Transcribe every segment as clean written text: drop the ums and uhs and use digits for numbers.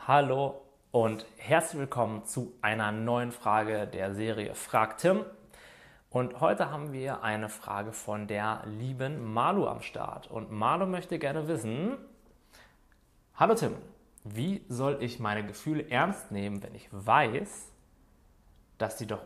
Hallo und herzlich willkommen zu einer neuen Frage der Serie Frag Tim. Und heute haben wir eine Frage von der lieben Malu am Start. Und Malu möchte gerne wissen: Hallo Tim, wie soll ich meine Gefühle ernst nehmen, wenn ich weiß, dass sie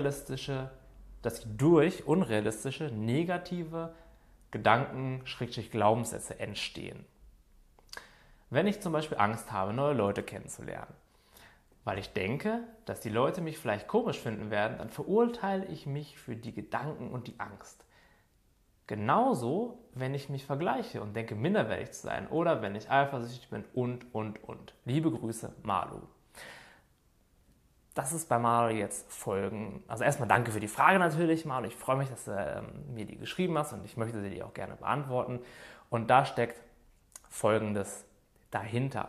durch unrealistische, negative Gedanken, Glaubenssätze entstehen? Wenn ich zum Beispiel Angst habe, neue Leute kennenzulernen, weil ich denke, dass die Leute mich vielleicht komisch finden werden, dann verurteile ich mich für die Gedanken und die Angst. Genauso, wenn ich mich vergleiche und denke, minderwertig zu sein oder wenn ich eifersüchtig bin und. Liebe Grüße, Malu. Das ist bei Malu jetzt folgen. Also erstmal danke für die Frage natürlich, Malu. Ich freue mich, dass du mir die geschrieben hast und ich möchte sie dir auch gerne beantworten. Und da steckt Folgendes dahinter.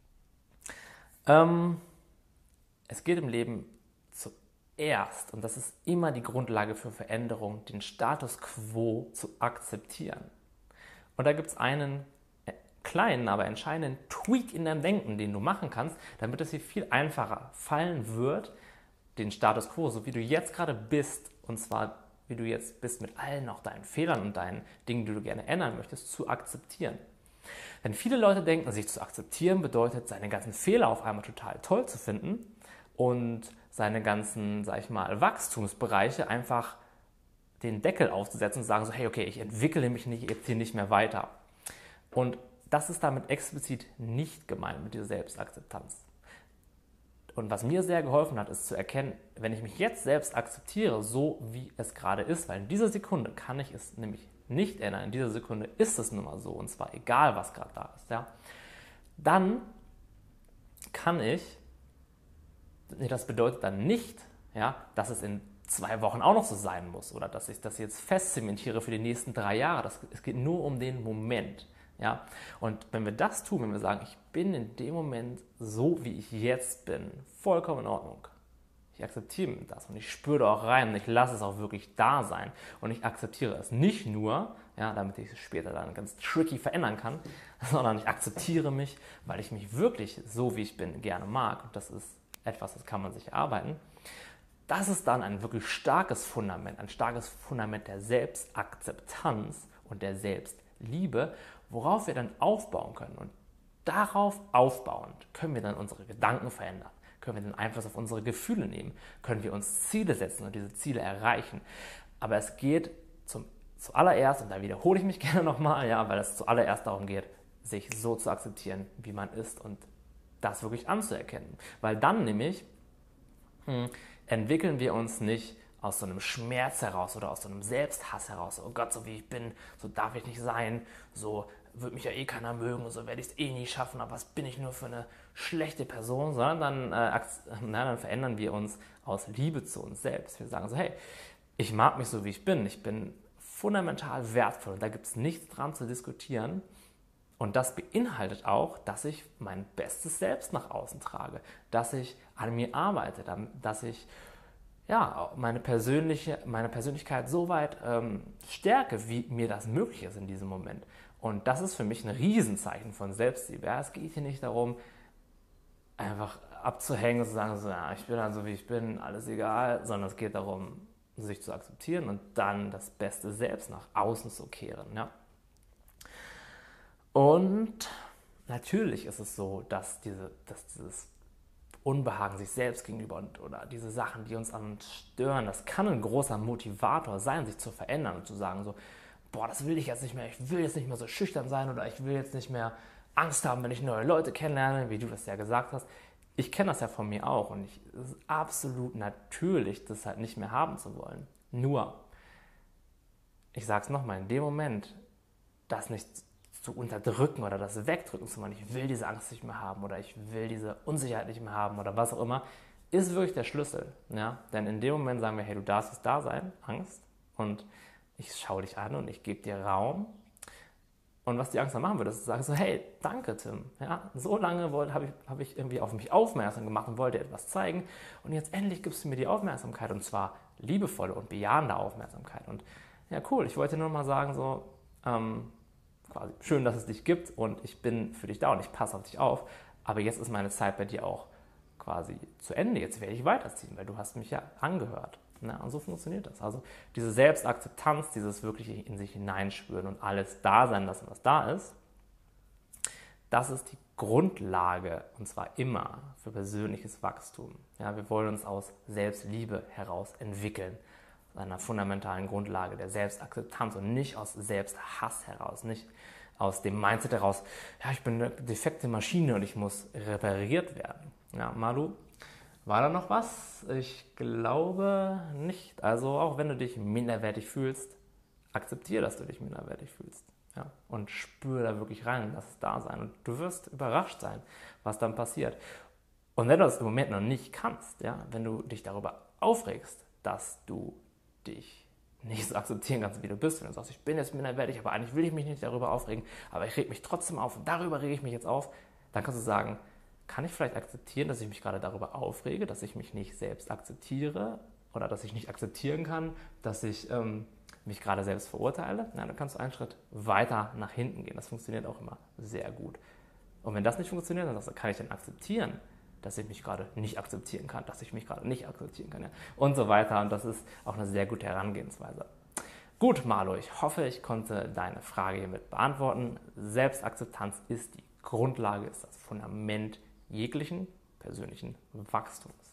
Es geht im Leben zuerst, und das ist immer die Grundlage für Veränderung, den Status quo zu akzeptieren. Und da gibt es einen kleinen, aber entscheidenden Tweak in deinem Denken, den du machen kannst, damit es dir viel einfacher fallen wird, den Status quo, so wie du jetzt gerade bist, und zwar wie du jetzt bist mit allen auch deinen Fehlern und deinen Dingen, die du gerne ändern möchtest, zu akzeptieren. Denn viele Leute denken, sich zu akzeptieren bedeutet, seine ganzen Fehler auf einmal total toll zu finden und seine ganzen, sag ich mal, Wachstumsbereiche einfach den Deckel aufzusetzen und sagen so, hey, okay, ich entwickle mich jetzt hier nicht mehr weiter. Und das ist damit explizit nicht gemeint mit dieser Selbstakzeptanz. Und was mir sehr geholfen hat, ist zu erkennen, wenn ich mich jetzt selbst akzeptiere, so wie es gerade ist, weil in dieser Sekunde kann ich es nämlich nicht ändern, in dieser Sekunde ist es nun mal so, und zwar egal, was gerade da ist, ja, dann kann ich, das bedeutet dann nicht, ja, dass es in 2 Wochen auch noch so sein muss oder dass ich das jetzt festzementiere für die nächsten 3 Jahre. Es geht nur um den Moment. Ja? Und wenn wir das tun, wenn wir sagen, ich bin in dem Moment so, wie ich jetzt bin, vollkommen in Ordnung. Ich akzeptiere das und ich spüre da auch rein und ich lasse es auch wirklich da sein. Und ich akzeptiere es nicht nur, ja, damit ich es später dann ganz tricky verändern kann, sondern ich akzeptiere mich, weil ich mich wirklich so, wie ich bin, gerne mag. Und das ist etwas, das kann man sich erarbeiten. Das ist dann ein wirklich starkes Fundament der Selbstakzeptanz und der Selbstliebe, worauf wir dann aufbauen können. Und darauf aufbauend können wir dann unsere Gedanken verändern, können wir den Einfluss auf unsere Gefühle nehmen, können wir uns Ziele setzen und diese Ziele erreichen. Aber es geht zuallererst, und da wiederhole ich mich gerne nochmal, ja, weil es zuallererst darum geht, sich so zu akzeptieren, wie man ist und das wirklich anzuerkennen. Weil dann nämlich entwickeln wir uns nicht aus so einem Schmerz heraus oder aus so einem Selbsthass heraus. Oh Gott, so wie ich bin, so darf ich nicht sein, so wird mich ja eh keiner mögen, so werde ich es eh nie schaffen, aber was bin ich nur für eine schlechte Person, sondern dann verändern wir uns aus Liebe zu uns selbst. Wir sagen so, hey, ich mag mich so, wie ich bin fundamental wertvoll und da gibt es nichts dran zu diskutieren. Und das beinhaltet auch, dass ich mein bestes Selbst nach außen trage, dass ich an mir arbeite, dass ich meine Persönlichkeit so weit stärke, wie mir das möglich ist in diesem Moment. Und das ist für mich ein Riesenzeichen von Selbstliebe. Ja, es geht hier nicht darum, einfach abzuhängen und zu sagen, so, ja, ich bin halt so, wie ich bin, alles egal, sondern es geht darum, sich zu akzeptieren und dann das beste Selbst nach außen zu kehren. Ja? Und natürlich ist es so, dass dieses Unbehagen sich selbst gegenüber oder diese Sachen, die uns stören, das kann ein großer Motivator sein, sich zu verändern und zu sagen so, boah, das will ich jetzt nicht mehr, ich will jetzt nicht mehr so schüchtern sein oder ich will jetzt nicht mehr Angst haben, wenn ich neue Leute kennenlerne, wie du das ja gesagt hast. Ich kenne das ja von mir auch und es ist absolut natürlich, das halt nicht mehr haben zu wollen. Nur, ich sage es nochmal, in dem Moment, das nicht zu unterdrücken oder das wegdrücken zu wollen, ich will diese Angst nicht mehr haben oder ich will diese Unsicherheit nicht mehr haben oder was auch immer, ist wirklich der Schlüssel. Ja? Denn in dem Moment sagen wir, hey, du darfst es da sein, Angst, und ich schaue dich an und ich gebe dir Raum. Und was die Angst dann machen würde, ist zu sagen so, hey, danke Tim. Ja, so lange habe ich irgendwie auf mich aufmerksam gemacht und wollte dir etwas zeigen. Und jetzt endlich gibst du mir die Aufmerksamkeit, und zwar liebevolle und bejahende Aufmerksamkeit. Und ja, cool, ich wollte nur mal sagen so, quasi schön, dass es dich gibt und ich bin für dich da und ich passe auf dich auf. aber jetzt ist meine Zeit bei dir auch quasi zu Ende. Jetzt werde ich weiterziehen, weil du hast mich ja angehört. Na, und so funktioniert das. Also diese Selbstakzeptanz, dieses wirklich in sich hineinspüren und alles da sein lassen, was da ist, das ist die Grundlage, und zwar immer, für persönliches Wachstum. Ja, wir wollen uns aus Selbstliebe heraus entwickeln, aus einer fundamentalen Grundlage der Selbstakzeptanz und nicht aus Selbsthass heraus, nicht aus dem Mindset heraus, ja, ich bin eine defekte Maschine und ich muss repariert werden. Ja, Malu, war da noch was? Ich glaube nicht. Also auch wenn du dich minderwertig fühlst, akzeptiere, dass du dich minderwertig fühlst. Ja, und spüre da wirklich rein und lass es da sein. Und du wirst überrascht sein, was dann passiert. Und wenn du das im Moment noch nicht kannst, ja, wenn du dich darüber aufregst, dass du dich nicht so akzeptieren kannst, wie du bist, wenn du sagst, ich bin jetzt minderwertig, aber eigentlich will ich mich nicht darüber aufregen, aber ich reg mich trotzdem auf und darüber rege ich mich jetzt auf, dann kannst du sagen, kann ich vielleicht akzeptieren, dass ich mich gerade darüber aufrege, dass ich mich nicht selbst akzeptiere oder dass ich nicht akzeptieren kann, dass ich mich gerade selbst verurteile? Na, dann kannst du einen Schritt weiter nach hinten gehen. Das funktioniert auch immer sehr gut. Und wenn das nicht funktioniert, dann sagst du, kann ich denn akzeptieren, dass ich mich gerade nicht akzeptieren kann, dass ich mich gerade nicht akzeptieren kann, ja? Und so weiter. Und das ist auch eine sehr gute Herangehensweise. Gut, Marlo, ich hoffe, ich konnte deine Frage hiermit beantworten. Selbstakzeptanz ist die Grundlage, ist das Fundament jeglichen persönlichen Wachstums.